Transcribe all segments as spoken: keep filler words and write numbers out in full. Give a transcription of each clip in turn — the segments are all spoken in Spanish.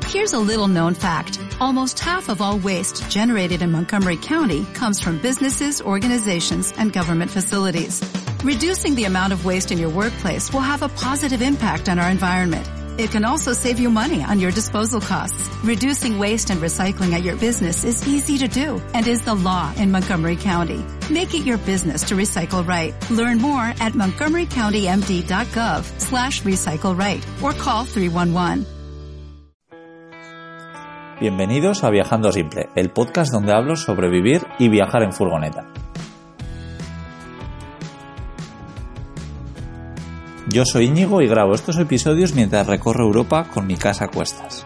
Here's a little known fact. Almost half of all waste generated in Montgomery County comes from businesses, organizations, and government facilities. Reducing the amount of waste in your workplace will have a positive impact on our environment. It can also save you money on your disposal costs. Reducing waste and recycling at your business is easy to do and is the law in Montgomery County. Make it your business to recycle right. Learn more at montgomerycountymd.gov slash recycle right or call three one one. Bienvenidos a Viajando Simple, el podcast donde hablo sobre vivir y viajar en furgoneta. Yo soy Íñigo y grabo estos episodios mientras recorro Europa con mi casa a cuestas.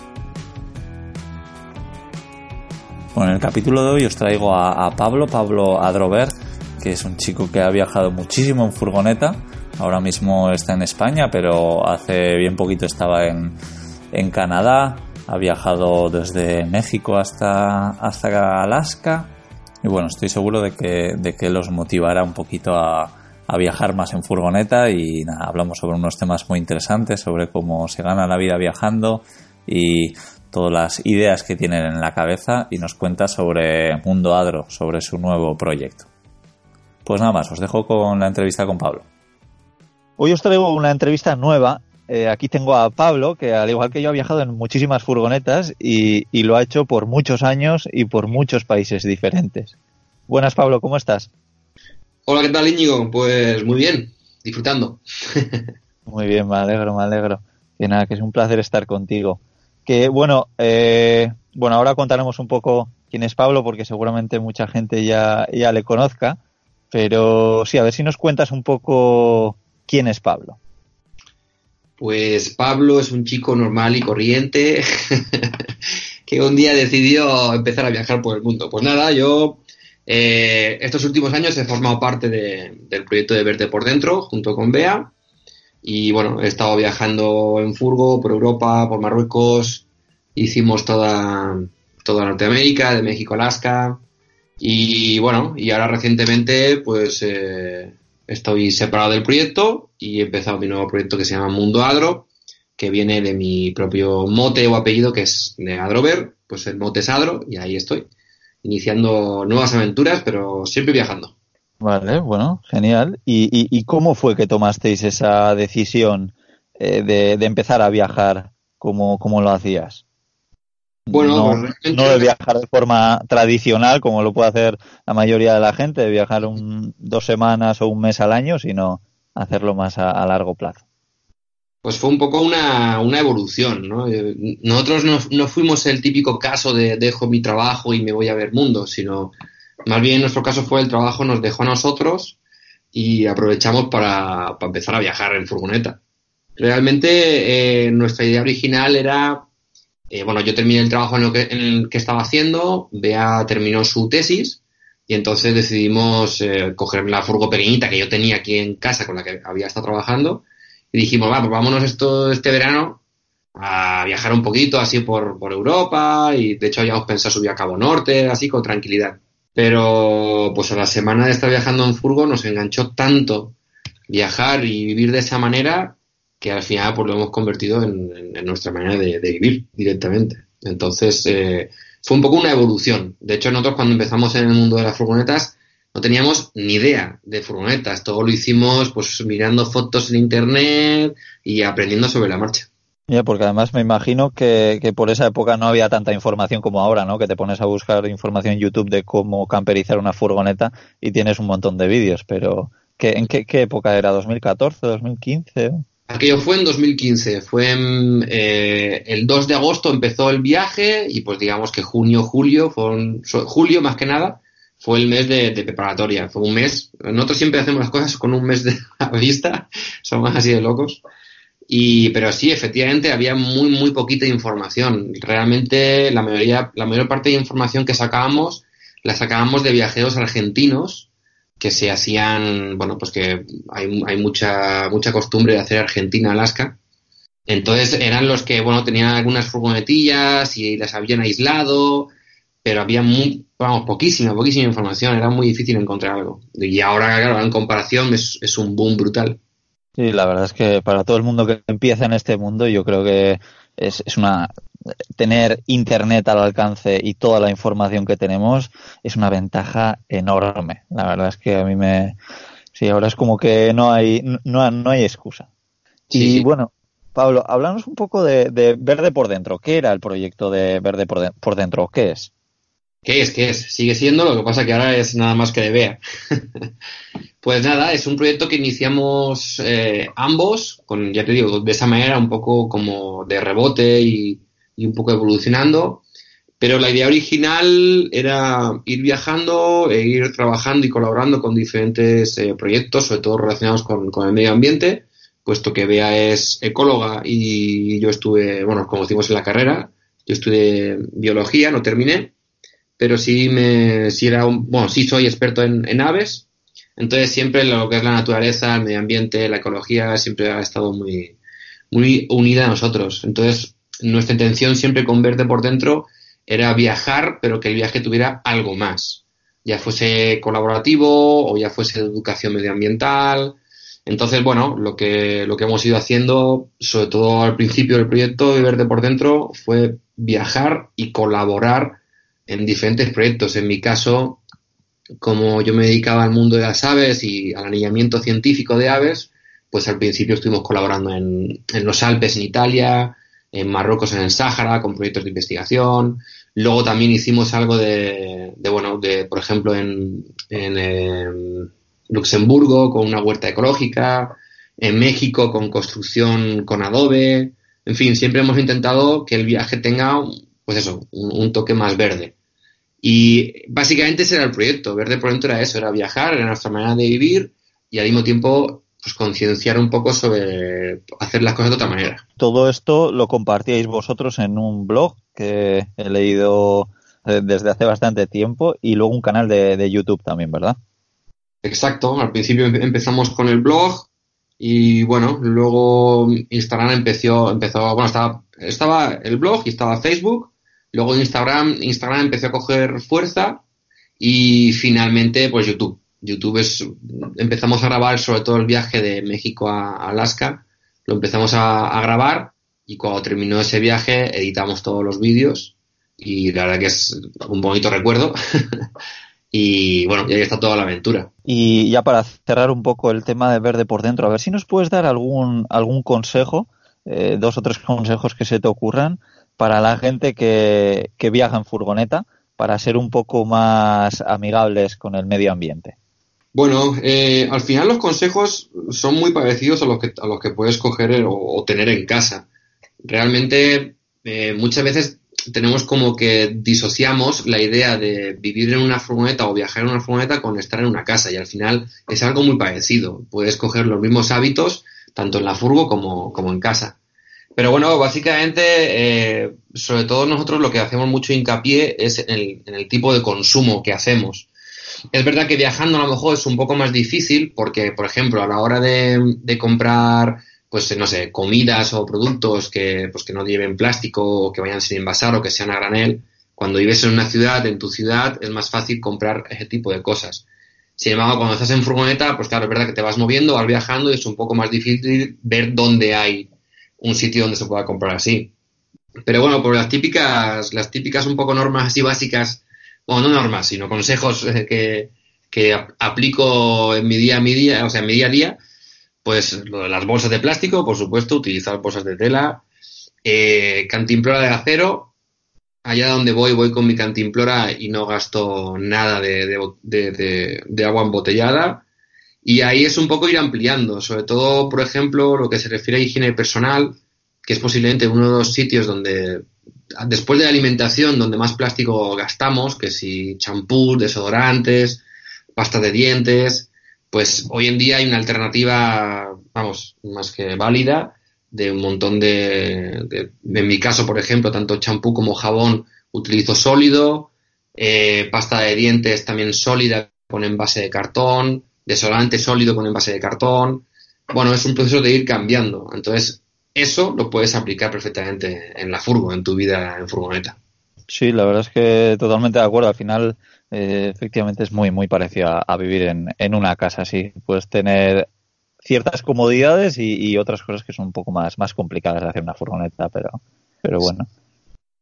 Bueno, en el capítulo de hoy os traigo a, a Pablo, Pablo Adrover, que es un chico que ha viajado muchísimo en furgoneta. Ahora mismo está en España, pero hace bien poquito estaba en, en Canadá. Ha viajado desde México hasta, hasta Alaska. Y bueno, estoy seguro de que, de que los motivará un poquito a, a viajar más en furgoneta. Y nada, hablamos sobre unos temas muy interesantes, sobre cómo se gana la vida viajando y todas las ideas que tienen en la cabeza. Y nos cuenta sobre Mundo Adro, sobre su nuevo proyecto. Pues nada más, os dejo con la entrevista con Pablo. Hoy os traigo una entrevista nueva. Eh, aquí tengo a Pablo, que al igual que yo ha viajado en muchísimas furgonetas y, y lo ha hecho por muchos años y por muchos países diferentes. Buenas, Pablo, ¿cómo estás? Hola, ¿qué tal, Íñigo? Pues muy bien, disfrutando. Muy bien, me alegro, me alegro. Que nada, que es un placer estar contigo. Que bueno, eh, bueno, ahora contaremos un poco quién es Pablo, porque seguramente mucha gente ya, ya le conozca. Pero sí, a ver si nos cuentas un poco quién es Pablo. Pues Pablo es un chico normal y corriente que un día decidió empezar a viajar por el mundo. Pues nada, yo eh, estos últimos años he formado parte de, del proyecto de Verte por Dentro junto con Bea y bueno, he estado viajando en furgo por Europa, por Marruecos, hicimos toda, toda Norteamérica, de México a Alaska y bueno, y ahora recientemente pues... Eh, Estoy separado del proyecto y he empezado mi nuevo proyecto que se llama Mundo Adro, que viene de mi propio mote o apellido, que es de Adrover, pues el mote es Adro, y ahí estoy, iniciando nuevas aventuras, pero siempre viajando. Vale, bueno, genial. ¿Y, y, y cómo fue que tomasteis esa decisión eh, de, de empezar a viajar? ¿Cómo, cómo lo hacías? Bueno, no, pues, no de viajar de forma tradicional, como lo puede hacer la mayoría de la gente, de viajar un, dos semanas o un mes al año, sino hacerlo más a, a largo plazo. Pues fue un poco una, una evolución, ¿no? Nosotros no, no fuimos el típico caso de dejo mi trabajo y me voy a ver mundo, sino más bien nuestro caso fue el trabajo nos dejó a nosotros y aprovechamos para, para empezar a viajar en furgoneta. Realmente eh, nuestra idea original era... Eh, bueno, yo terminé el trabajo en, lo que, en el que estaba haciendo, Bea terminó su tesis y entonces decidimos eh, coger la furgo pequeñita que yo tenía aquí en casa con la que había estado trabajando y dijimos, va, pues vámonos esto, este verano a viajar un poquito así por, por Europa y de hecho habíamos pensado subir a Cabo Norte, así con tranquilidad. Pero pues a la semana de estar viajando en furgo nos enganchó tanto viajar y vivir de esa manera que al final pues lo hemos convertido en, en, en nuestra manera de, de vivir directamente. Entonces, eh, fue un poco una evolución. De hecho, nosotros cuando empezamos en el mundo de las furgonetas no teníamos ni idea de furgonetas. Todo lo hicimos pues mirando fotos en internet y aprendiendo sobre la marcha. Ya, porque además me imagino que, que por esa época no había tanta información como ahora, ¿no? Que te pones a buscar información en YouTube de cómo camperizar una furgoneta y tienes un montón de vídeos. Pero, ¿qué, ¿en qué, qué época era? ¿dos mil catorce, dos mil quince? Aquello fue en dos mil quince, fue en, eh, el dos de agosto empezó el viaje y pues digamos que junio, julio, fue un, julio más que nada, fue el mes de, de preparatoria, fue un mes, nosotros siempre hacemos las cosas con un mes de la vista, somos así de locos, y pero sí, efectivamente había muy muy poquita información, realmente la mayoría, la mayor parte de información que sacábamos, la sacábamos de viajeros argentinos, que se hacían, bueno, pues que hay, hay mucha mucha costumbre de hacer Argentina-Alaska. Entonces eran los que, bueno, tenían algunas furgonetillas y las habían aislado, pero había muy, vamos, poquísima, poquísima información, era muy difícil encontrar algo. Y ahora, claro, en comparación es, es un boom brutal. Sí, la verdad es que para todo el mundo que empieza en este mundo yo creo que es, es una tener internet al alcance y toda la información que tenemos es una ventaja enorme. La verdad es que a mí me... Sí, ahora es como que no hay no, no hay excusa. Sí, y sí. bueno, Pablo, háblanos un poco de, de Verde por Dentro. ¿Qué era el proyecto de Verde por, de, por Dentro? ¿Qué es? ¿Qué es? ¿Qué es? Sigue siendo, lo que pasa que ahora es nada más que de Bea. Pues nada, es un proyecto que iniciamos eh, ambos, con, ya te digo, de esa manera, un poco como de rebote y, y un poco evolucionando. Pero la idea original era ir viajando e ir trabajando y colaborando con diferentes eh, proyectos, sobre todo relacionados con, con el medio ambiente, puesto que Bea es ecóloga y yo estuve, bueno, nos conocimos en la carrera, yo estudié biología, no terminé, pero sí me, sí era un, bueno, sí soy experto en, en aves, entonces siempre lo que es la naturaleza, el medio ambiente, la ecología, siempre ha estado muy, muy unida a nosotros. Entonces, nuestra intención siempre con Verde por Dentro era viajar, pero que el viaje tuviera algo más, ya fuese colaborativo o ya fuese de educación medioambiental. Entonces, bueno, lo que, lo que hemos ido haciendo, sobre todo al principio del proyecto de Verde por Dentro, fue viajar y colaborar en diferentes proyectos. En mi caso, como yo me dedicaba al mundo de las aves y al anillamiento científico de aves, pues al principio estuvimos colaborando en, en los Alpes en Italia, en Marruecos en el Sáhara, con proyectos de investigación. Luego también hicimos algo de, de bueno, de, por ejemplo, en, en eh, Luxemburgo con una huerta ecológica, en México con construcción con adobe. En fin, siempre hemos intentado que el viaje tenga, pues eso, un, un toque más verde. Y básicamente ese era el proyecto. Verde por Dentro era eso, era viajar, era nuestra manera de vivir y al mismo tiempo pues concienciar un poco sobre hacer las cosas de otra manera. Todo esto lo compartíais vosotros en un blog que he leído desde hace bastante tiempo y luego un canal de, de YouTube también, ¿verdad? Exacto, al principio empezamos con el blog y bueno, luego Instagram empezó, empezó bueno, estaba, estaba el blog y estaba Facebook, luego Instagram, Instagram empezó a coger fuerza y finalmente pues YouTube. YouTube es, empezamos a grabar sobre todo el viaje de México a Alaska, lo empezamos a, a grabar y cuando terminó ese viaje editamos todos los vídeos y la verdad que es un bonito recuerdo y bueno, y ahí está toda la aventura. Y ya para cerrar un poco el tema de Verde por Dentro, a ver si nos puedes dar algún, algún consejo, eh, dos o tres consejos que se te ocurran para la gente que, que viaja en furgoneta para ser un poco más amigables con el medio ambiente. Bueno, eh, al final los consejos son muy parecidos a los que, a los que puedes coger o, o tener en casa. Realmente, eh, muchas veces tenemos como que disociamos la idea de vivir en una furgoneta o viajar en una furgoneta con estar en una casa y al final es algo muy parecido. Puedes coger los mismos hábitos tanto en la furgo como, como en casa. Pero bueno, básicamente, eh, sobre todo nosotros lo que hacemos mucho hincapié es en el, en el tipo de consumo que hacemos. Es verdad que viajando a lo mejor es un poco más difícil porque, por ejemplo, a la hora de, de comprar, pues no sé, comidas o productos que, pues, que no lleven plástico o que vayan sin envasar o que sean a granel, cuando vives en una ciudad, en tu ciudad, es más fácil comprar ese tipo de cosas. Sin embargo, cuando estás en furgoneta, pues claro, es verdad que te vas moviendo, vas viajando y es un poco más difícil ver dónde hay un sitio donde se pueda comprar así. Pero bueno, por las típicas, las típicas un poco normas así básicas, o no normas, sino consejos que, que aplico en mi día a mi día, o sea, en mi día a día, pues lo de las bolsas de plástico, por supuesto, utilizar bolsas de tela, eh, cantimplora de acero, allá donde voy, voy con mi cantimplora y no gasto nada de, de, de, de, de agua embotellada, y ahí es un poco ir ampliando, sobre todo, por ejemplo, lo que se refiere a higiene personal, que es posiblemente uno de los sitios donde después de la alimentación, donde más plástico gastamos, que si champús, desodorantes, pasta de dientes, pues hoy en día hay una alternativa, vamos, más que válida, de un montón de, de, de en mi caso, por ejemplo, tanto champú como jabón utilizo sólido, eh, pasta de dientes también sólida con envase de cartón, desodorante sólido con envase de cartón. Bueno, es un proceso de ir cambiando. Entonces, eso lo puedes aplicar perfectamente en la furgo, en tu vida en furgoneta. Sí, la verdad es que totalmente de acuerdo. Al final, eh, efectivamente, es muy, muy parecido a, a vivir en, en una casa. Sí, puedes tener ciertas comodidades y, y otras cosas que son un poco más, más complicadas de hacer una furgoneta, pero, pero bueno.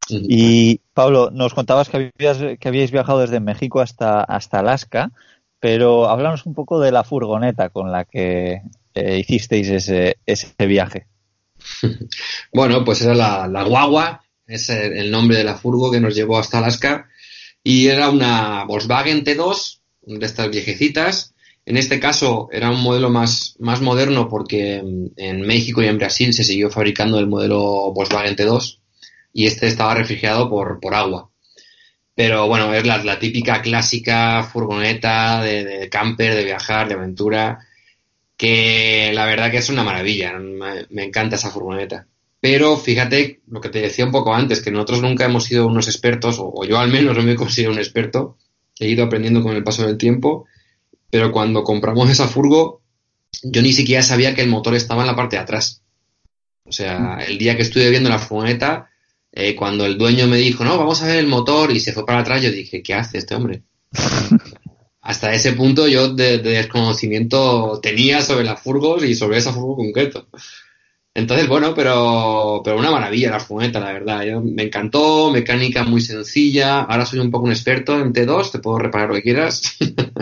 Y Pablo, nos contabas que habías, que habíais viajado desde México hasta, hasta Alaska, pero háblanos un poco de la furgoneta con la que eh, hicisteis ese, ese viaje. Bueno, pues era la, la guagua, es el nombre de la furgo que nos llevó hasta Alaska, y era una Volkswagen T dos, de estas viejecitas. En este caso era un modelo más, más moderno porque en México y en Brasil se siguió fabricando el modelo Volkswagen T dos y este estaba refrigerado por, por agua. Pero bueno, es la, la típica clásica furgoneta de, de camper, de viajar, de aventura, que la verdad que es una maravilla. Me, me encanta esa furgoneta. Pero fíjate lo que te decía un poco antes, que nosotros nunca hemos sido unos expertos, o, o yo al menos no me considero un experto, he ido aprendiendo con el paso del tiempo, pero cuando compramos esa furgo, yo ni siquiera sabía que el motor estaba en la parte de atrás. O sea, el día que estuve viendo la furgoneta, eh, cuando el dueño me dijo, no, vamos a ver el motor, y se fue para atrás, yo dije, ¿qué hace este hombre? Hasta ese punto yo de, de desconocimiento tenía sobre las furgos y sobre esa furgo concreto. Entonces, bueno, pero, pero una maravilla la furgoneta, la verdad. Yo, me encantó, mecánica muy sencilla. Ahora soy un poco un experto en T dos, te puedo reparar lo que quieras.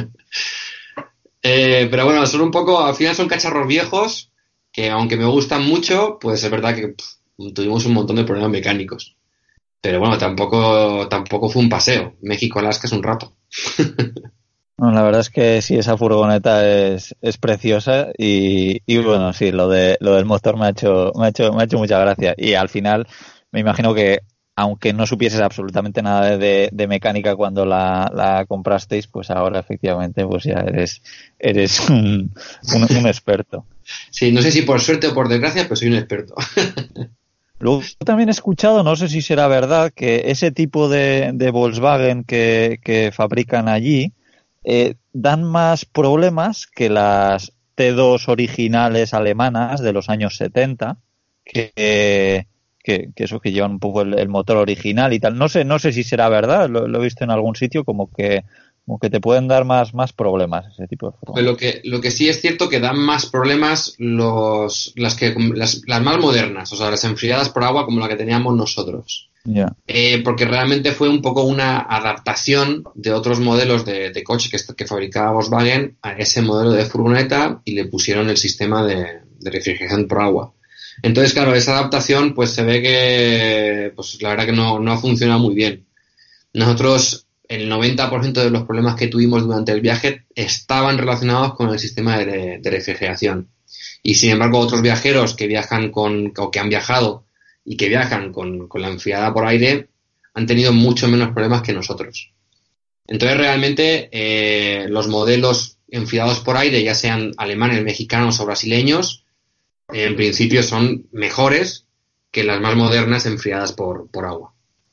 eh, pero bueno, son un poco, al final son cacharros viejos que aunque me gustan mucho, pues es verdad que pff, tuvimos un montón de problemas mecánicos. Pero bueno, tampoco, tampoco fue un paseo. México-Alaska es un rato. No, la verdad es que sí, esa furgoneta es, es preciosa y, y bueno, sí, lo de lo del motor me ha hecho, me ha hecho, me ha hecho mucha gracia. Y al final me imagino que aunque no supieses absolutamente nada de, de mecánica cuando la, la comprasteis, pues ahora efectivamente pues ya eres, eres un, un, un experto. Sí, no sé si por suerte o por desgracia, pero soy un experto. Luego también he escuchado, no sé si será verdad, que ese tipo de, de Volkswagen que, que fabrican allí eh, dan más problemas que las T dos originales alemanas de los años setenta, que, eh, que, que eso que llevan un poco el, el motor original y tal. No sé, no sé si será verdad, lo, lo he visto en algún sitio como que como que te pueden dar más, más problemas ese tipo de furgonetas. Lo que, lo que sí es cierto que dan más problemas los, las, que, las, las más modernas, o sea, las enfriadas por agua como la que teníamos nosotros. Yeah. Eh, porque realmente fue un poco una adaptación de otros modelos de, de coche que, que fabricaba Volkswagen a ese modelo de furgoneta y le pusieron el sistema de, de refrigeración por agua. Entonces, claro, esa adaptación pues se ve que pues la verdad que no, no ha funcionado muy bien. Nosotros, el noventa por ciento de los problemas que tuvimos durante el viaje estaban relacionados con el sistema de, de refrigeración. Y sin embargo, otros viajeros que viajan con, o que han viajado y que viajan con, con la enfriada por aire han tenido mucho menos problemas que nosotros. Entonces, realmente, eh, los modelos enfriados por aire, ya sean alemanes, mexicanos o brasileños, en principio son mejores que las más modernas enfriadas por, por agua.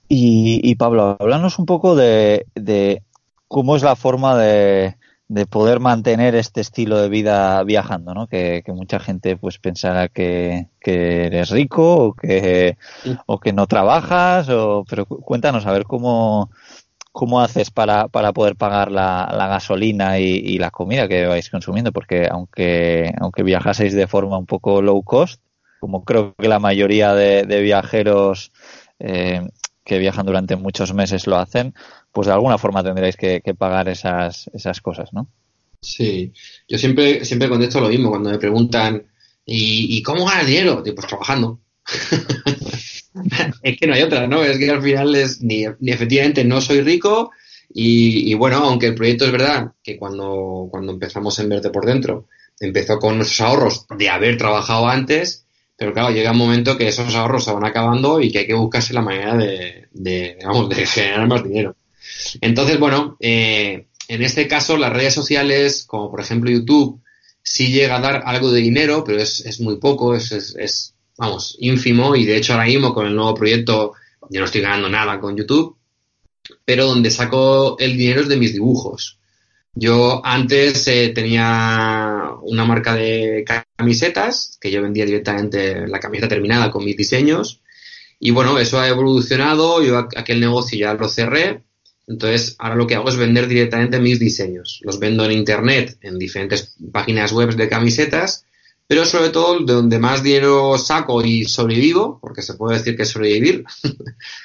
Y, y Pablo, háblanos un poco de, de cómo es la forma de, de poder mantener este estilo de vida viajando, ¿no? Que, que mucha gente pues pensará que, que eres rico o que, o que no trabajas, o, pero cuéntanos a ver cómo, cómo haces para, para poder pagar la, la gasolina y, y la comida que vais consumiendo, porque aunque, aunque viajaseis de forma un poco low cost, como creo que la mayoría de, de viajeros eh, que viajan durante muchos meses lo hacen, pues de alguna forma tendréis que, que pagar esas, esas cosas, ¿no? Sí, yo siempre, siempre contesto lo mismo cuando me preguntan ¿y, y cómo ganas dinero? Digo, pues trabajando. Es que no hay otra, ¿no? Es que al final es ni, ni efectivamente no soy rico y, y bueno, aunque el proyecto es verdad que cuando, cuando empezamos en Verte por Dentro empezó con nuestros ahorros de haber trabajado antes. Pero claro, llega un momento que esos ahorros se van acabando y que hay que buscarse la manera de, de, vamos, de generar más dinero. Entonces, bueno, eh, en este caso las redes sociales, como por ejemplo YouTube, sí llega a dar algo de dinero, pero es, es muy poco, es, es, es, vamos, ínfimo. Y de hecho ahora mismo con el nuevo proyecto yo no estoy ganando nada con YouTube, pero donde saco el dinero es de mis dibujos. Yo antes eh, tenía una marca de camisetas que yo vendía directamente la camiseta terminada con mis diseños y bueno, eso ha evolucionado, yo aquel negocio ya lo cerré, entonces ahora lo que hago es vender directamente mis diseños. Los vendo en internet, en diferentes páginas web de camisetas, pero sobre todo de donde más dinero saco y sobrevivo, porque se puede decir que es sobrevivir,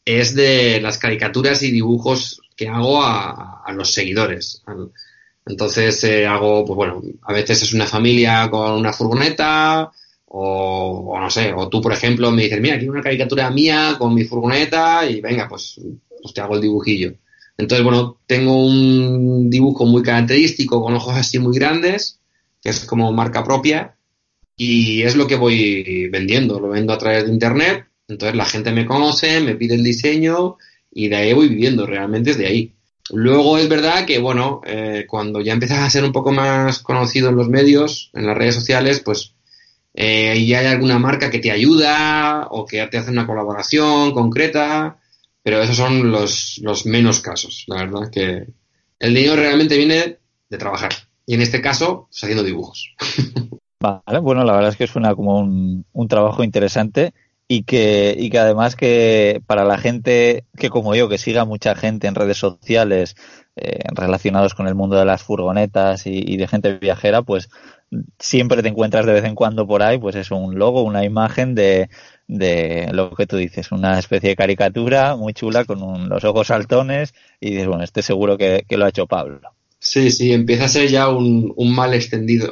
es de las caricaturas y dibujos que hago a, a los seguidores. Entonces eh, hago, pues bueno, a veces es una familia con una furgoneta o, o no sé, o tú por ejemplo me dices, mira, quiero una caricatura mía con mi furgoneta y venga, pues, pues te hago el dibujillo. Entonces, bueno, tengo un dibujo muy característico con ojos así muy grandes, que es como marca propia, y es lo que voy vendiendo, lo vendo a través de internet. Entonces la gente me conoce, me pide el diseño y de ahí voy viviendo, realmente es de ahí. Luego es verdad que, bueno, eh, cuando ya empiezas a ser un poco más conocido en los medios, en las redes sociales, pues eh, ya hay alguna marca que te ayuda o que te hace una colaboración concreta, pero esos son los, los menos casos. La verdad es que el dinero realmente viene de trabajar y en este caso, pues haciendo dibujos. Vale, bueno, la verdad es que suena como un, un trabajo interesante. Y que, y que además que para la gente que como yo, que siga mucha gente en redes sociales eh, relacionados con el mundo de las furgonetas y, y de gente viajera, pues siempre te encuentras de vez en cuando por ahí, pues eso, un logo, una imagen de, de lo que tú dices, una especie de caricatura muy chula con un, los ojos saltones y dices, bueno, este seguro que, que lo ha hecho Pablo. Sí, sí, empieza a ser ya un, un mal extendido.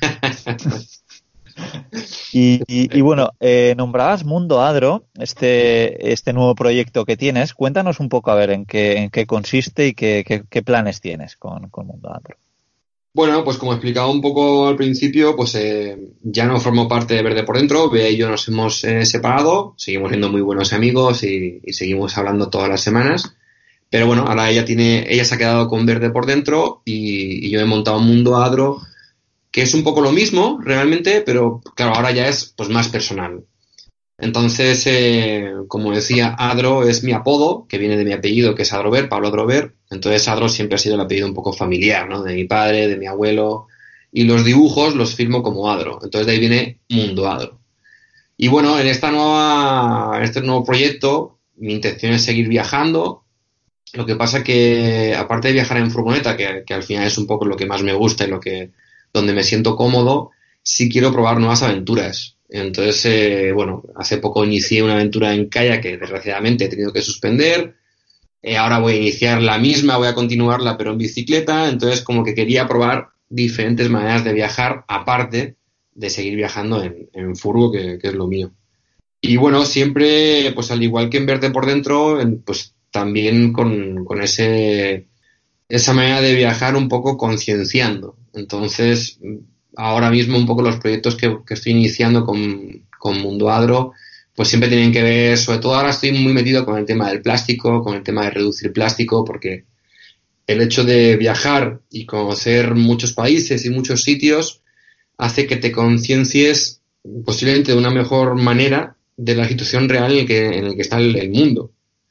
Y, y, y bueno, eh, nombrabas Mundo Adro, este este nuevo proyecto que tienes. Cuéntanos un poco a ver en qué en qué consiste y qué, qué, qué planes tienes con, con Mundo Adro. Bueno, pues como explicaba un poco al principio, pues eh, ya no formo parte de Verde por Dentro. Bea y yo nos hemos eh, separado, seguimos siendo muy buenos amigos y, y seguimos hablando todas las semanas. Pero bueno, ahora ella tiene, ella se ha quedado con Verde por Dentro y, y yo he montado Mundo Adro, que es un poco lo mismo realmente, pero claro, ahora ya es pues más personal. Entonces, eh, como decía, Adro es mi apodo, que viene de mi apellido, que es Adrover, Pablo Adrover. Entonces, Adro siempre ha sido el apellido un poco familiar, ¿no? De mi padre, de mi abuelo. Y los dibujos los firmo como Adro. Entonces, de ahí viene Mundo Adro. Y bueno, en esta nueva, en este nuevo proyecto, mi intención es seguir viajando. Lo que pasa que, aparte de viajar en furgoneta, que, que al final es un poco lo que más me gusta y lo que donde me siento cómodo, sí quiero probar nuevas aventuras. Entonces, eh, bueno, hace poco inicié una aventura en kayak que desgraciadamente he tenido que suspender. Eh, ahora voy a iniciar la misma, voy a continuarla, pero en bicicleta. Entonces, como que quería probar diferentes maneras de viajar, aparte de seguir viajando en, en furgo, que, que es lo mío. Y bueno, siempre, pues al igual que en Verde por Dentro, en, pues también con, con ese... esa manera de viajar un poco concienciando. Entonces, ahora mismo un poco los proyectos que, que estoy iniciando con, con Mundo Adro, pues siempre tienen que ver, sobre todo ahora estoy muy metido con el tema del plástico, con el tema de reducir plástico, porque el hecho de viajar y conocer muchos países y muchos sitios hace que te conciencies posiblemente de una mejor manera de la situación real en el que, en el que está el, el mundo.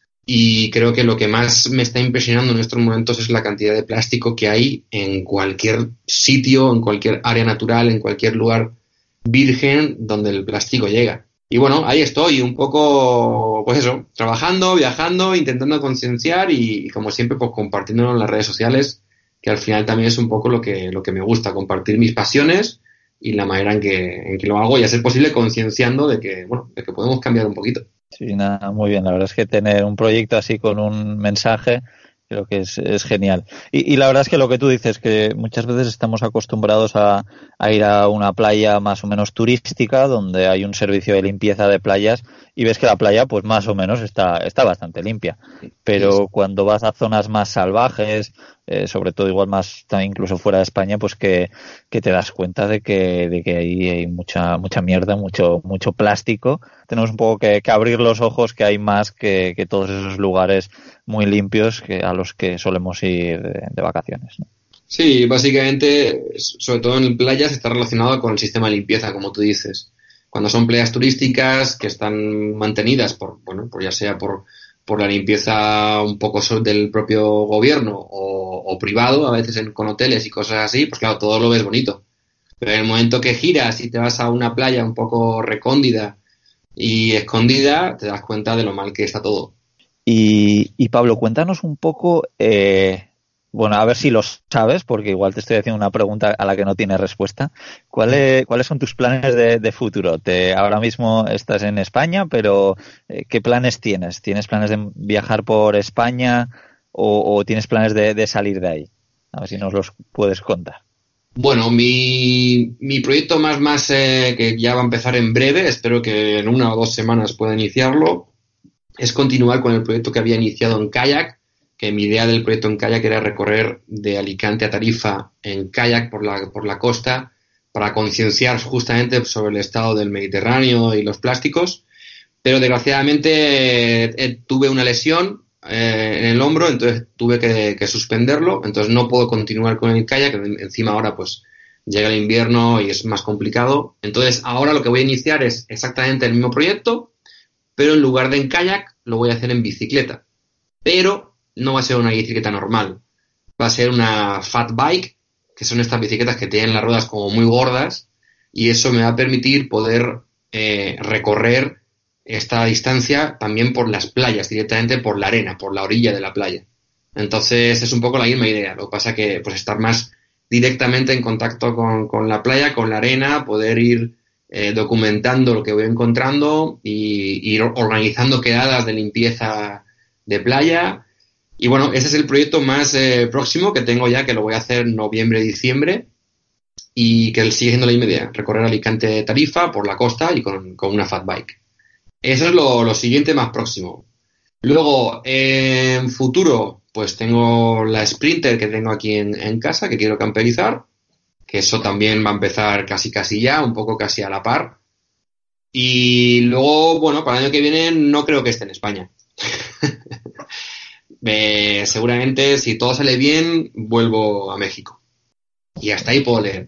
Y creo que lo que más me está impresionando en estos momentos es la cantidad de plástico que hay en cualquier sitio, en cualquier área natural, en cualquier lugar virgen donde el plástico llega. Y bueno, ahí estoy, un poco, pues eso, trabajando, viajando, intentando concienciar y, como siempre, pues compartiéndolo en las redes sociales, que al final también es un poco lo que, lo que me gusta, compartir mis pasiones y la manera en que, en que lo hago y a ser posible concienciando de que, bueno, de que podemos cambiar un poquito. Sí, nada, muy bien. La verdad es que tener un proyecto así con un mensaje creo que es, es genial. Y, y la verdad es que lo que tú dices, que muchas veces estamos acostumbrados a, a ir a una playa más o menos turística, donde hay un servicio de limpieza de playas y ves que la playa pues más o menos está, está bastante limpia. Pero cuando vas a zonas más salvajes, eh, sobre todo igual más incluso fuera de España, pues que, que te das cuenta de que, de que ahí hay mucha, mucha mierda, mucho, mucho plástico. Tenemos un poco que, que abrir los ojos, que hay más que, que todos esos lugares muy limpios que a los que solemos ir de, de vacaciones, ¿no? Sí, básicamente, sobre todo en playas, está relacionado con el sistema de limpieza, como tú dices. Cuando son playas turísticas que están mantenidas por, bueno, por ya sea por, por la limpieza un poco del propio gobierno o, o privado, a veces en, con hoteles y cosas así, pues claro, todo lo ves bonito. Pero en el momento que giras y te vas a una playa un poco recóndida y escondida, te das cuenta de lo mal que está todo. Y, y Pablo, cuéntanos un poco, eh, bueno, a ver si lo sabes, porque igual te estoy haciendo una pregunta a la que no tienes respuesta. ¿Cuáles, ¿cuáles son tus planes de, de futuro? Te, ahora mismo estás en España, pero eh, ¿qué planes tienes? ¿Tienes planes de viajar por España o, o tienes planes de, de salir de ahí? A ver si nos los puedes contar. Bueno, mi, mi proyecto más, más eh, que ya va a empezar en breve, espero que en una o dos semanas pueda iniciarlo, es continuar con el proyecto que había iniciado en kayak, que mi idea del proyecto en kayak era recorrer de Alicante a Tarifa en kayak por la, por la costa para concienciar justamente sobre el estado del Mediterráneo y los plásticos, pero desgraciadamente eh, eh, tuve una lesión eh, en el hombro, entonces tuve que, que suspenderlo, entonces no puedo continuar con el kayak, encima ahora pues llega el invierno y es más complicado, entonces ahora lo que voy a iniciar es exactamente el mismo proyecto, pero en lugar de en kayak lo voy a hacer en bicicleta, pero no va a ser una bicicleta normal, va a ser una fat bike, que son estas bicicletas que tienen las ruedas como muy gordas, y eso me va a permitir poder eh, recorrer esta distancia también por las playas, directamente por la arena, por la orilla de la playa. Entonces es un poco la misma idea, lo que pasa que pues estar más directamente en contacto con, con la playa, con la arena, poder ir eh, documentando lo que voy encontrando y ir organizando quedadas de limpieza de playa. Y bueno, ese es el proyecto más eh, próximo que tengo ya, que lo voy a hacer en noviembre, diciembre, y que sigue siendo la misma idea, recorrer Alicante Tarifa por la costa y con, con una fat bike. Eso es lo, lo siguiente más próximo. Luego, eh, en futuro, pues tengo la Sprinter que tengo aquí en, en casa, que quiero camperizar, que eso también va a empezar casi casi ya, un poco casi a la par. Y luego, bueno, para el año que viene no creo que esté en España. eh, seguramente, si todo sale bien, vuelvo a México. Y hasta ahí puedo leer.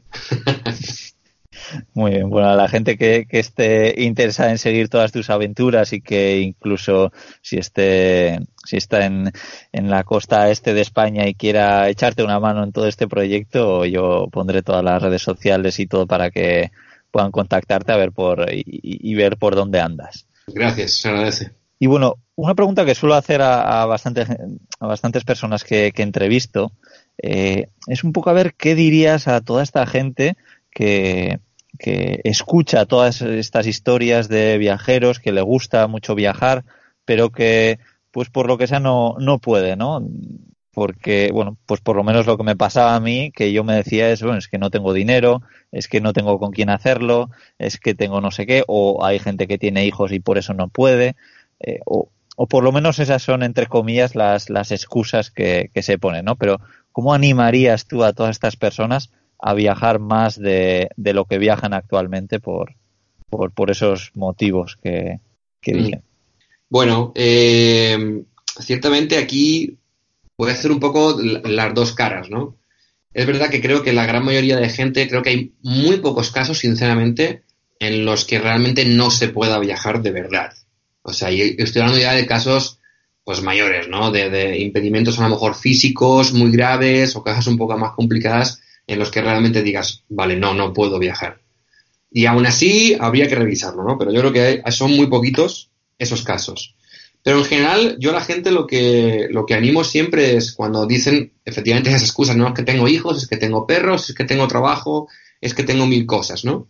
Muy bien, bueno, a la gente que, que esté interesada en seguir todas tus aventuras y que incluso si esté si está en, en la costa este de España y quiera echarte una mano en todo este proyecto, yo pondré todas las redes sociales y todo para que puedan contactarte a ver por y, y ver por dónde andas. Gracias, se agradece. Y bueno, una pregunta que suelo hacer a, a, bastante, a bastantes personas que, que entrevisto eh, es un poco a ver qué dirías a toda esta gente que que escucha todas estas historias de viajeros, que le gusta mucho viajar, pero que, pues por lo que sea, no, no puede, ¿no? Porque, bueno, pues por lo menos lo que me pasaba a mí, que yo me decía es, bueno, es que no tengo dinero, es que no tengo con quién hacerlo, es que tengo no sé qué, o hay gente que tiene hijos y por eso no puede, eh, o, o por lo menos esas son, entre comillas, las, las excusas que, que se ponen, ¿no? Pero, ¿cómo animarías tú a todas estas personas a viajar más de, de lo que viajan actualmente por, por, por esos motivos que, que dije? Bueno, eh, ciertamente aquí voy a hacer un poco las dos caras, ¿no? Es verdad que creo que la gran mayoría de gente, creo que hay muy pocos casos, sinceramente, en los que realmente no se pueda viajar de verdad. O sea, yo estoy hablando ya de casos pues mayores, ¿no? De, de impedimentos a lo mejor físicos muy graves o cosas un poco más complicadas en los que realmente digas, vale, no, no puedo viajar. Y aún así habría que revisarlo, ¿no? Pero yo creo que hay, son muy poquitos esos casos. Pero en general, yo a la gente lo que, lo que animo siempre es cuando dicen efectivamente esas excusas, ¿no? Es que tengo hijos, es que tengo perros, es que tengo trabajo, es que tengo mil cosas, ¿no?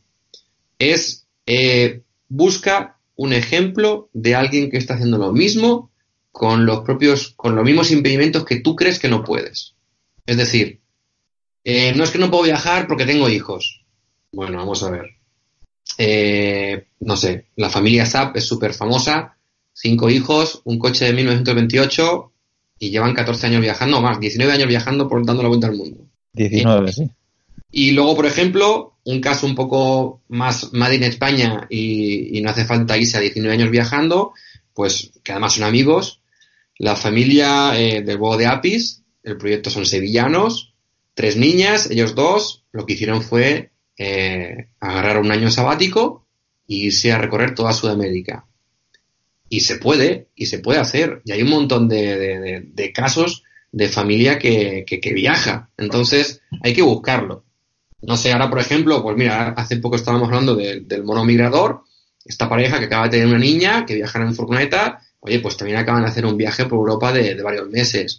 Es, eh, busca un ejemplo de alguien que está haciendo lo mismo con los propios, con los mismos impedimentos que tú crees que no puedes. Es decir, Eh, no es que no puedo viajar porque tengo hijos. Bueno, vamos a ver. Eh, no sé, la familia Zapp es súper famosa, cinco hijos, un coche de mil novecientos veintiocho y llevan catorce años viajando, más, diecinueve años viajando por dando la vuelta al mundo. diecinueve, eh, sí. Y luego, por ejemplo, un caso un poco más made in España y, y no hace falta irse a diecinueve años viajando, pues que además son amigos, la familia eh, del Bogo de Apis, el proyecto son sevillanos, tres niñas, ellos dos, lo que hicieron fue eh, agarrar un año sabático e irse a recorrer toda Sudamérica. Y se puede, y se puede hacer. Y hay un montón de, de, de, de casos de familia que, que, que viaja. Entonces, hay que buscarlo. No sé, ahora, por ejemplo, pues mira, hace poco estábamos hablando de, del mono migrador, esta pareja que acaba de tener una niña, que viajan en furgoneta, oye, pues también acaban de hacer un viaje por Europa de, de varios meses.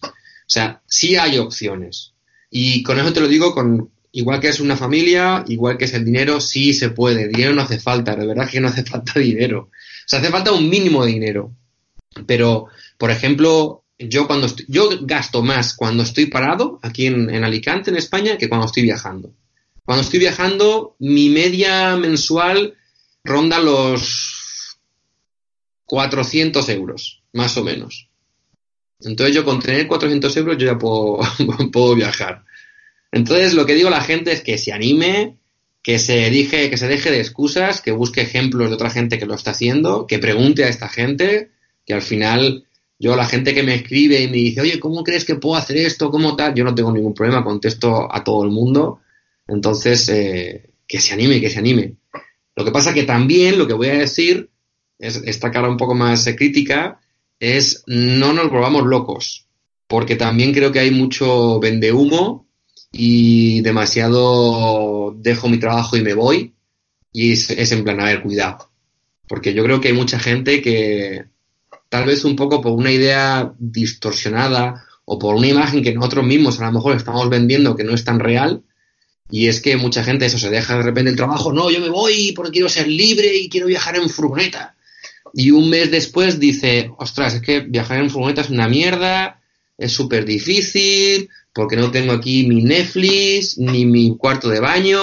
sea, sí hay opciones. Y con eso te lo digo, con igual que es una familia, igual que es el dinero, sí se puede. Dinero no hace falta, de verdad que no hace falta dinero. O sea, hace falta un mínimo de dinero. Pero, por ejemplo, yo cuando estoy, yo gasto más cuando estoy parado aquí en, en Alicante, en España, que cuando estoy viajando. Cuando estoy viajando, mi media mensual ronda los cuatrocientos euros, más o menos. Entonces yo con tener cuatrocientos euros yo ya puedo, puedo viajar. Entonces lo que digo a la gente es que se anime, que se, dije, que se deje de excusas, que busque ejemplos de otra gente que lo está haciendo, que pregunte a esta gente, que al final yo, la gente que me escribe y me dice, oye, ¿cómo crees que puedo hacer esto? ¿Cómo tal? Yo no tengo ningún problema, contesto a todo el mundo. Entonces, eh, que se anime, que se anime. Lo que pasa que también lo que voy a decir, es esta cara un poco más eh, crítica, es no nos volvamos locos, porque también creo que hay mucho vendehumo y demasiado dejo mi trabajo y me voy, y es, es en plan, a ver, cuidado, porque yo creo que hay mucha gente que tal vez un poco por una idea distorsionada o por una imagen que nosotros mismos a lo mejor estamos vendiendo que no es tan real, y es que mucha gente eso se deja de repente el trabajo, no, yo me voy porque quiero ser libre y quiero viajar en furgoneta. Y un mes después dice, ostras, es que viajar en furgoneta es una mierda, es súper difícil, porque no tengo aquí mi Netflix, ni mi cuarto de baño.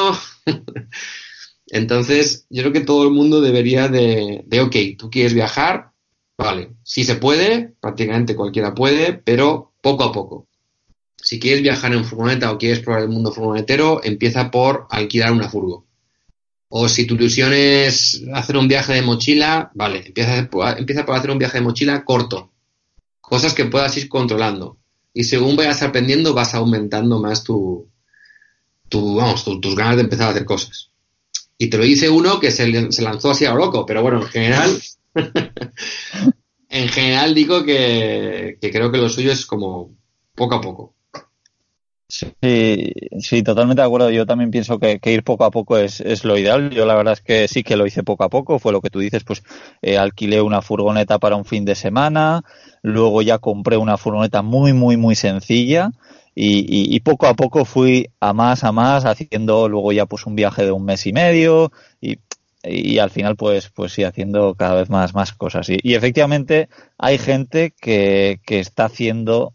Entonces, yo creo que todo el mundo debería de, de, ok, tú quieres viajar, vale, sí se puede, prácticamente cualquiera puede, pero poco a poco. Si quieres viajar en furgoneta o quieres probar el mundo furgonetero, empieza por alquilar una furgo. O si tu ilusión es hacer un viaje de mochila, vale, empieza, empieza por hacer un viaje de mochila corto. Cosas que puedas ir controlando. Y según vayas aprendiendo, vas aumentando más tu, tu vamos, tu, tus ganas de empezar a hacer cosas. Y te lo dice uno que se, se lanzó así a lo loco, pero bueno, en general, en general digo que, que creo que lo suyo es como poco a poco. Sí, sí, totalmente de acuerdo. Yo también pienso que, que ir poco a poco es, es lo ideal. Yo la verdad es que sí que lo hice poco a poco. Fue lo que tú dices, pues eh, alquilé una furgoneta para un fin de semana, luego ya compré una furgoneta muy, muy, muy sencilla y, y, y poco a poco fui a más, a más, haciendo luego ya pues un viaje de un mes y medio y, y al final pues, pues sí, haciendo cada vez más, más cosas. Y, y efectivamente hay gente que, que está haciendo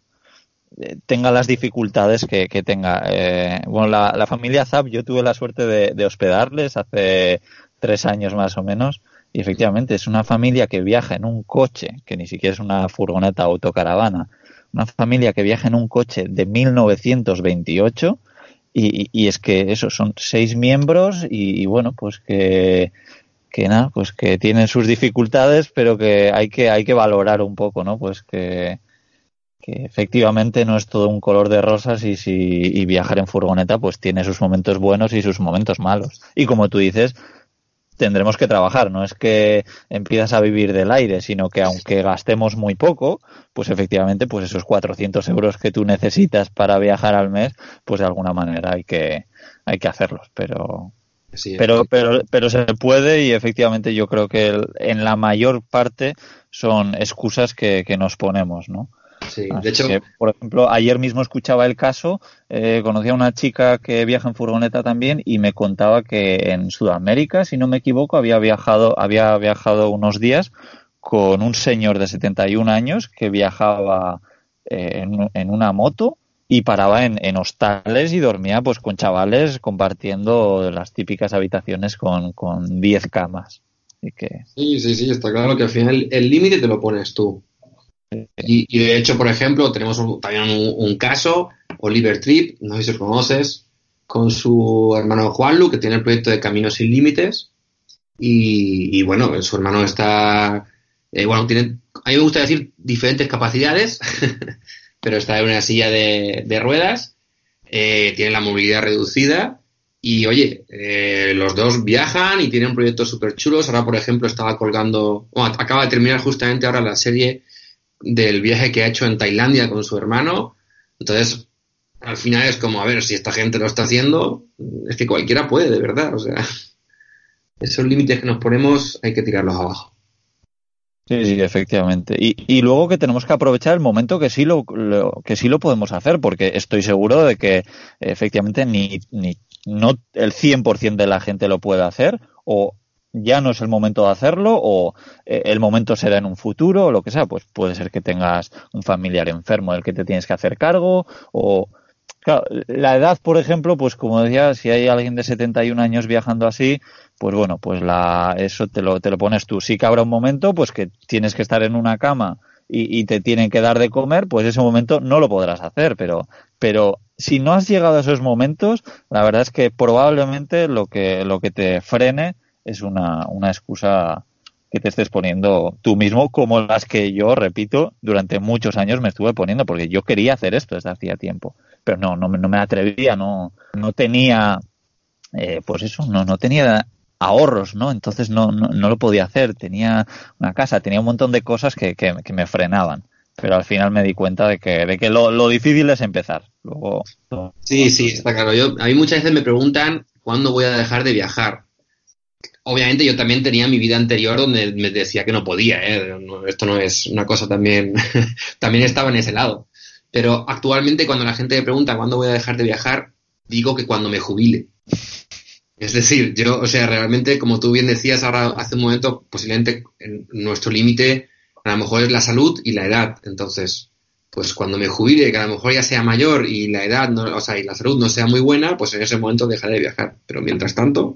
tenga las dificultades que, que tenga. Eh, bueno, la, la familia Zap, yo tuve la suerte de, de hospedarles hace tres años más o menos, y efectivamente es una familia que viaja en un coche, que ni siquiera es una furgoneta o autocaravana, una familia que viaja en un coche de mil novecientos veintiocho, y, y es que eso, son seis miembros, y, y bueno, pues que que nada, pues que tienen sus dificultades, pero que hay que hay que valorar un poco, ¿no? Pues que que efectivamente no es todo un color de rosas y, si, y viajar en furgoneta pues tiene sus momentos buenos y sus momentos malos. Y como tú dices, tendremos que trabajar, no es que empiezas a vivir del aire, sino que aunque gastemos muy poco, pues efectivamente pues esos cuatrocientos euros que tú necesitas para viajar al mes, pues de alguna manera hay que hay que hacerlos, pero sí, pero pero pero se puede, y efectivamente yo creo que el, en la mayor parte son excusas que, que nos ponemos, ¿no? Sí, Así de hecho, que, por ejemplo, ayer mismo escuchaba el caso, eh, conocí a una chica que viaja en furgoneta también y me contaba que en Sudamérica, si no me equivoco, había viajado, había viajado unos días con un señor de setenta y un años que viajaba eh, en, en una moto y paraba en, en hostales y dormía pues con chavales compartiendo las típicas habitaciones con, con diez camas. Así que... Sí, sí, sí, está claro que al final el límite te lo pones tú. Y, y de hecho, por ejemplo, tenemos un, también un, un caso, Oliver Tripp, no sé si os conoces, con su hermano Juanlu, que tiene el proyecto de Caminos Sin Límites, y, y bueno, su hermano está, eh, bueno, tiene, a mí me gusta decir diferentes capacidades, pero está en una silla de, de ruedas, eh, tiene la movilidad reducida, y oye, eh, los dos viajan y tienen proyectos súper chulos. Ahora, por ejemplo, estaba colgando, bueno, acaba de terminar justamente ahora la serie del viaje que ha hecho en Tailandia con su hermano. Entonces, al final es como, a ver, si esta gente lo está haciendo, es que cualquiera puede, de verdad. O sea, esos límites que nos ponemos hay que tirarlos abajo. Sí, sí, efectivamente. Y, y luego que tenemos que aprovechar el momento que sí lo, lo que sí lo podemos hacer, porque estoy seguro de que efectivamente ni, ni no el cien por ciento de la gente lo puede hacer, o ya no es el momento de hacerlo, o eh, el momento será en un futuro, o lo que sea. Pues puede ser que tengas un familiar enfermo del que te tienes que hacer cargo, o... Claro, la edad, por ejemplo, pues como decía, si hay alguien de setenta y un años viajando así, pues bueno, pues la eso te lo, te lo pones tú. Sí que habrá un momento pues que tienes que estar en una cama y, y te tienen que dar de comer, pues ese momento no lo podrás hacer, pero, pero si no has llegado a esos momentos, la verdad es que probablemente lo que, lo que te frene es una, una excusa que te estés poniendo tú mismo, como las que yo, repito, durante muchos años me estuve poniendo, porque yo quería hacer esto desde hacía tiempo, pero no, no, no me atrevía, no, no tenía, eh, pues eso, no, no tenía ahorros, ¿no? Entonces no, no, no lo podía hacer, tenía una casa, tenía un montón de cosas que, que, que me frenaban, pero al final me di cuenta de que, de que lo, lo difícil es empezar. Luego, no. Sí, sí, está claro. Yo, a mí muchas veces me preguntan cuándo voy a dejar de viajar. Obviamente yo también tenía mi vida anterior donde me decía que no podía, ¿eh? No, esto no es una cosa también, también estaba en ese lado. Pero actualmente cuando la gente me pregunta cuándo voy a dejar de viajar, digo que cuando me jubile. Es decir, yo, o sea, realmente, como tú bien decías ahora hace un momento, posiblemente nuestro límite a lo mejor es la salud y la edad. Entonces, pues cuando me jubile, que a lo mejor ya sea mayor y la edad, no, o sea, y la salud no sea muy buena, pues en ese momento dejaré de viajar. Pero mientras tanto...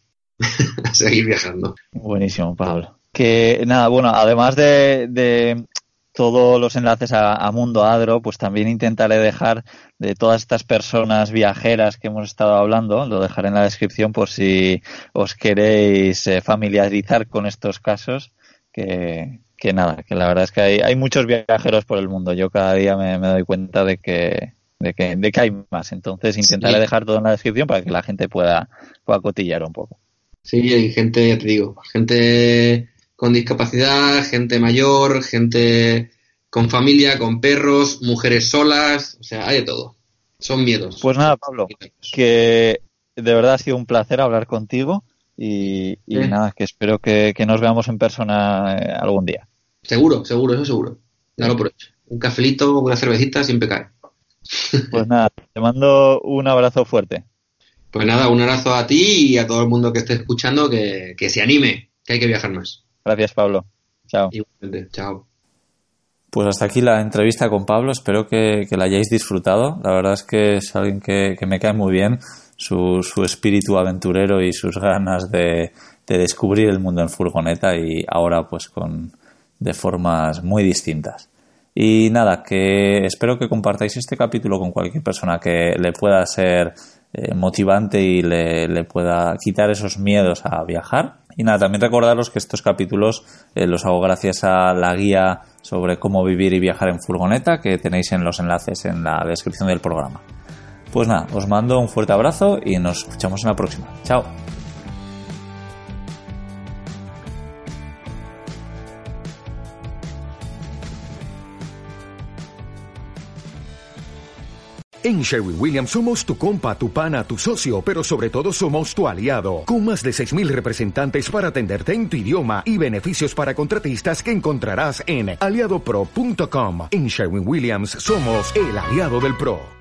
a seguir viajando. Buenísimo, Pablo. Que nada, bueno, además de, de todos los enlaces a, a Mundo Adro, pues también intentaré dejar de todas estas personas viajeras que hemos estado hablando, lo dejaré en la descripción por si os queréis eh, familiarizar con estos casos, que, que nada, que la verdad es que hay, hay muchos viajeros por el mundo. Yo cada día me, me doy cuenta de que de que, de que hay más, entonces intentaré sí. dejar todo en la descripción para que la gente pueda, pueda cotillar un poco. Sí, hay gente, ya te digo, gente con discapacidad, gente mayor, gente con familia, con perros, mujeres solas, o sea, hay de todo. Son miedos. Pues nada, Pablo, que de verdad ha sido un placer hablar contigo y, y ¿Eh? nada, que espero que, que nos veamos en persona algún día. Seguro, seguro, eso seguro. Dalo por hecho. Un cafelito, una cervecita siempre cae. Pues nada, te mando un abrazo fuerte. Pues nada, un abrazo a ti y a todo el mundo que esté escuchando, que, que se anime, que hay que viajar más. Gracias, Pablo. Chao. Igualmente, chao. Pues hasta aquí la entrevista con Pablo, espero que, que la hayáis disfrutado. La verdad es que es alguien que, que me cae muy bien, su, su espíritu aventurero y sus ganas de, de descubrir el mundo en furgoneta, y ahora pues con de formas muy distintas. Y nada, que espero que compartáis este capítulo con cualquier persona que le pueda ser eh, motivante y le, le pueda quitar esos miedos a viajar. Y nada, también recordaros que estos capítulos eh, los hago gracias a la guía sobre cómo vivir y viajar en furgoneta, que tenéis en los enlaces en la descripción del programa. Pues nada, os mando un fuerte abrazo y nos escuchamos en la próxima. Chao. En Sherwin-Williams somos tu compa, tu pana, tu socio, pero sobre todo somos tu aliado. Con más de seis mil representantes para atenderte en tu idioma y beneficios para contratistas que encontrarás en aliado pro punto com. En Sherwin-Williams somos el aliado del pro.